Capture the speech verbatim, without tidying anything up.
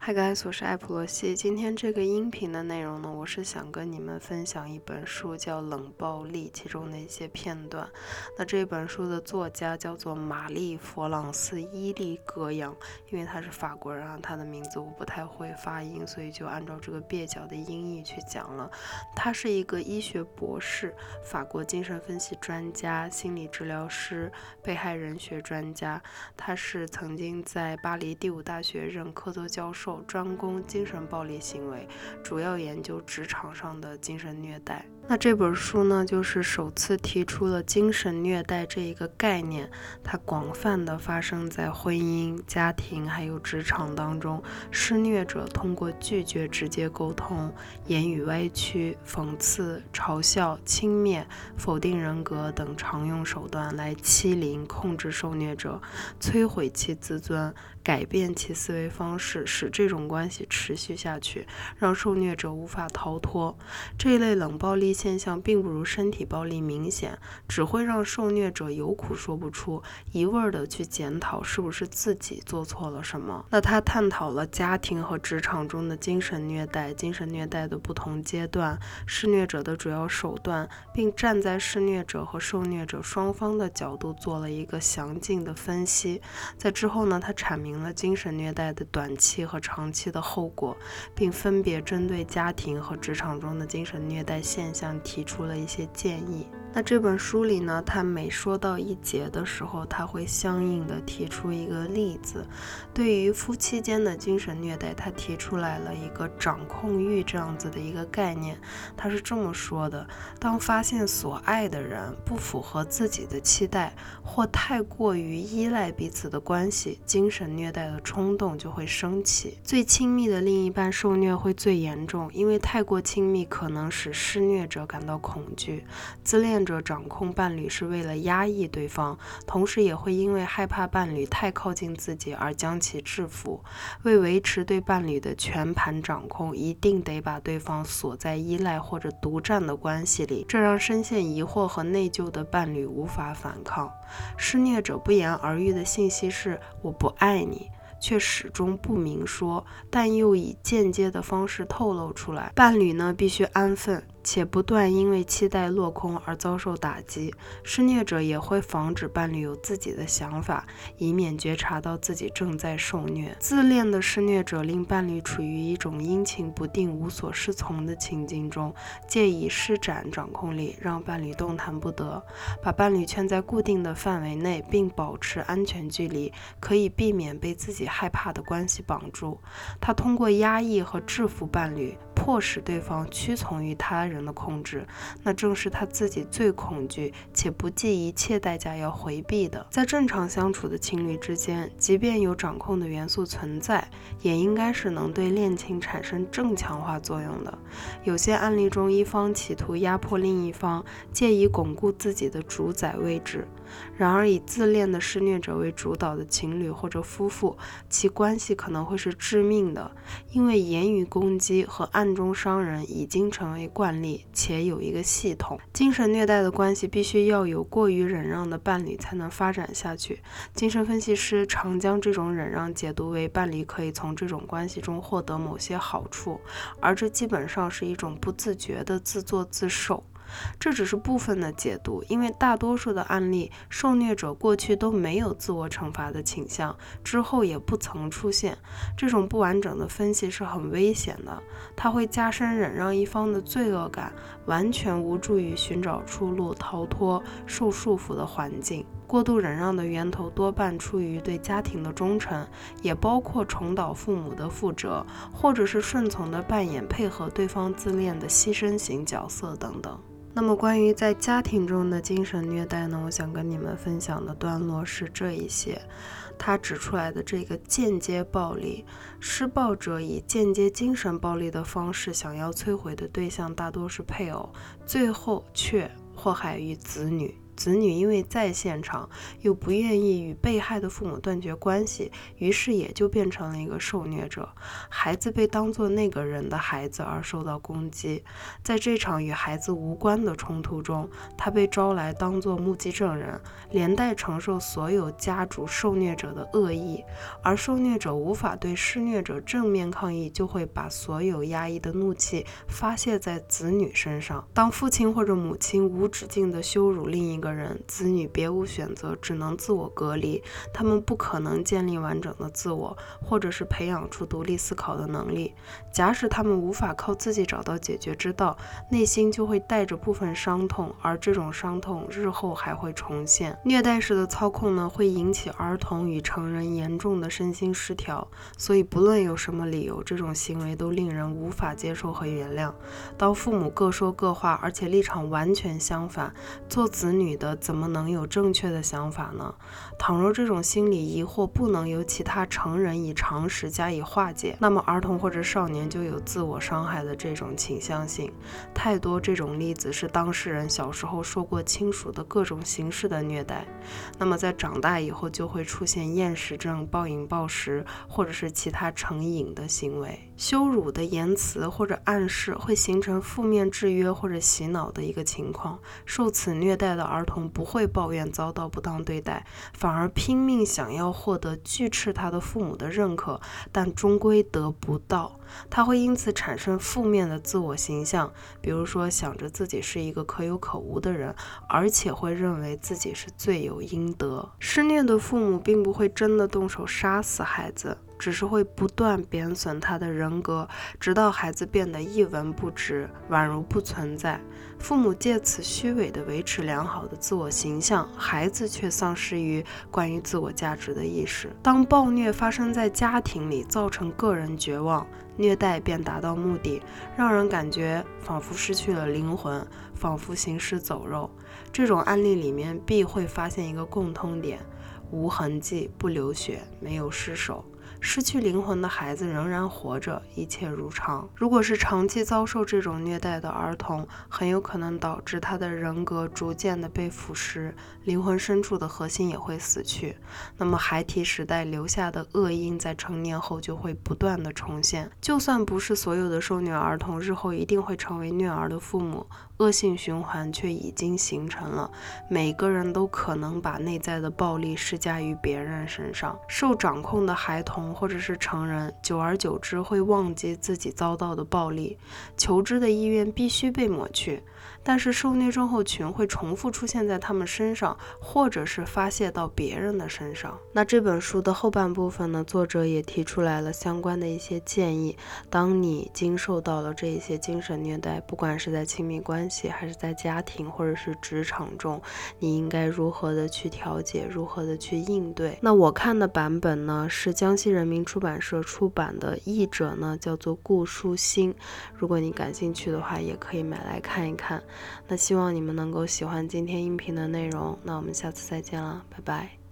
嗨，guys，我是艾普罗西。今天这个音频的内容呢，我是想跟你们分享一本书，叫《冷暴力》，其中的一些片段。那这本书的作家叫做玛丽·佛朗斯·伊利格扬，因为他是法国人啊，他的名字我不太会发音，所以就按照这个蹩脚的音译去讲了。他是一个医学博士，法国精神分析专家、心理治疗师、被害人学专家。他是曾经在巴黎第五大学任科多教授，专攻精神暴力行为，主要研究职场上的精神虐待。那这本书呢，就是首次提出了精神虐待这一个概念，它广泛的发生在婚姻、家庭还有职场当中。施虐者通过拒绝直接沟通、言语歪曲、讽刺、嘲笑、轻蔑、否定人格等常用手段来欺凌、控制受虐者，摧毁其自尊，改变其思维方式，使这种关系持续下去，让受虐者无法逃脱。这一类冷暴力现象并不如身体暴力明显，只会让受虐者有苦说不出，一味儿的去检讨是不是自己做错了什么。那他探讨了家庭和职场中的精神虐待、精神虐待的不同阶段、施虐者的主要手段，并站在施虐者和受虐者双方的角度做了一个详尽的分析。在之后呢，他阐明了精神虐待的短期和长期的后果，并分别针对家庭和职场中的精神虐待现象提出了一些建议。那这本书里呢，他每说到一节的时候，他会相应的提出一个例子。对于夫妻间的精神虐待，他提出来了一个掌控欲这样子的一个概念。他是这么说的：当发现所爱的人不符合自己的期待，或太过于依赖彼此的关系，精神虐待的冲动就会升起。最亲密的另一半受虐会最严重，因为太过亲密可能使施虐者感到恐惧。自恋者掌控伴侣是为了压抑对方，同时也会因为害怕伴侣太靠近自己而将其制服。为维持对伴侣的全盘掌控，一定得把对方锁在依赖或者独占的关系里，这让深陷疑惑和内疚的伴侣无法反抗。施虐者不言而喻的信息是：我不爱你，却始终不明说，但又以间接的方式透露出来。伴侣呢，必须安分，且不断因为期待落空而遭受打击。施虐者也会防止伴侣有自己的想法，以免觉察到自己正在受虐。自恋的施虐者令伴侣处于一种阴晴不定、无所适从的情境中，借以施展掌控力，让伴侣动弹不得。把伴侣圈在固定的范围内，并保持安全距离，可以避免被自己害怕的关系绑住。他通过压抑和制服伴侣，迫使对方屈从于他人的控制，那正是他自己最恐惧且不计一切代价要回避的。在正常相处的情侣之间，即便有掌控的元素存在，也应该是能对恋情产生正强化作用的。有些案例中，一方企图压迫另一方，借以巩固自己的主宰位置。然而，以自恋的施虐者为主导的情侣或者夫妇，其关系可能会是致命的，因为言语攻击和暗中伤人已经成为惯例，且有一个系统。精神虐待的关系必须要有过于忍让的伴侣才能发展下去。精神分析师常将这种忍让解读为伴侣可以从这种关系中获得某些好处，而这基本上是一种不自觉的自作自受。这只是部分的解读，因为大多数的案例，受虐者过去都没有自我惩罚的倾向，之后也不曾出现。这种不完整的分析是很危险的，它会加深忍让一方的罪恶感，完全无助于寻找出路、逃脱受束缚的环境。过度忍让的源头多半出于对家庭的忠诚，也包括重蹈父母的覆辙，或者是顺从的扮演配合对方自恋的牺牲型角色等等。那么关于在家庭中的精神虐待呢，我想跟你们分享的段落是这一些。他指出来的这个间接暴力，施暴者以间接精神暴力的方式想要摧毁的对象大多是配偶，最后却祸害于子女。 子女因为在现场，又不愿意与被害的父母断绝关系，于是也就变成了一个受虐者。孩子被当作那个人的孩子而受到攻击，在这场与孩子无关的冲突中，他被招来当作目击证人，连带承受所有家主受虐者的恶意，而受虐者无法对施虐者正面抗议，就会把所有压抑的怒气发泄在子女身上。当父亲或者母亲无止境地羞辱另一个人，子女别无选择，只能自我隔离。他们不可能建立完整的自我，或者是培养出独立思考的能力。假使他们无法靠自己找到解决之道，内心就会带着部分伤痛，而这种伤痛日后还会重现。虐待式的操控呢，会引起儿童与成人严重的身心失调，所以不论有什么理由，这种行为都令人无法接受和原谅。当父母各说各话，而且立场完全相反，做子女的怎么能有正确的想法呢？倘若这种心理疑惑不能由其他成人以常识加以化解，那么儿童或者少年就有自我伤害的这种倾向性。太多这种例子是当事人小时候受过亲属的各种形式的虐待，那么在长大以后就会出现厌食症、暴饮暴食或者是其他成瘾的行为。羞辱的言辞或者暗示会形成负面制约或者洗脑的一个情况，受此虐待的儿童不会抱怨遭到不当对待，反而拼命想要获得拒斥他的父母的认可，但终归得不到。他会因此产生负面的自我形象，比如说想着自己是一个可有可无的人，而且会认为自己是罪有应得。施虐的父母并不会真的动手杀死孩子，只是会不断贬损他的人格，直到孩子变得一文不值，宛如不存在。父母借此虚伪地维持良好的自我形象，孩子却丧失于关于自我价值的意识。当暴虐发生在家庭里，造成个人绝望，虐待便达到目的，让人感觉仿佛失去了灵魂，仿佛行尸走肉。这种案例里面必会发现一个共通点：无痕迹，不流血，没有失手。失去灵魂的孩子仍然活着，一切如常。如果是长期遭受这种虐待的儿童，很有可能导致他的人格逐渐的被腐蚀，灵魂深处的核心也会死去。那么孩提时代留下的恶因在成年后就会不断的重现。就算不是所有的受虐儿童日后一定会成为虐儿的父母，恶性循环却已经形成了。每个人都可能把内在的暴力施加于别人身上。受掌控的孩童或者是成人，久而久之会忘记自己遭到的暴力，求知的意愿必须被抹去。但是受虐症候群会重复出现在他们身上，或者是发泄到别人的身上。那这本书的后半部分呢，作者也提出来了相关的一些建议。当你经受到了这一些精神虐待，不管是在亲密关系还是在家庭或者是职场中，你应该如何的去调节，如何的去应对。那我看的版本呢，是江西人民出版社出版的，译者呢叫做顾舒心。如果你感兴趣的话，也可以买来看一看。那希望你们能够喜欢今天音频的内容，那我们下次再见了，拜拜。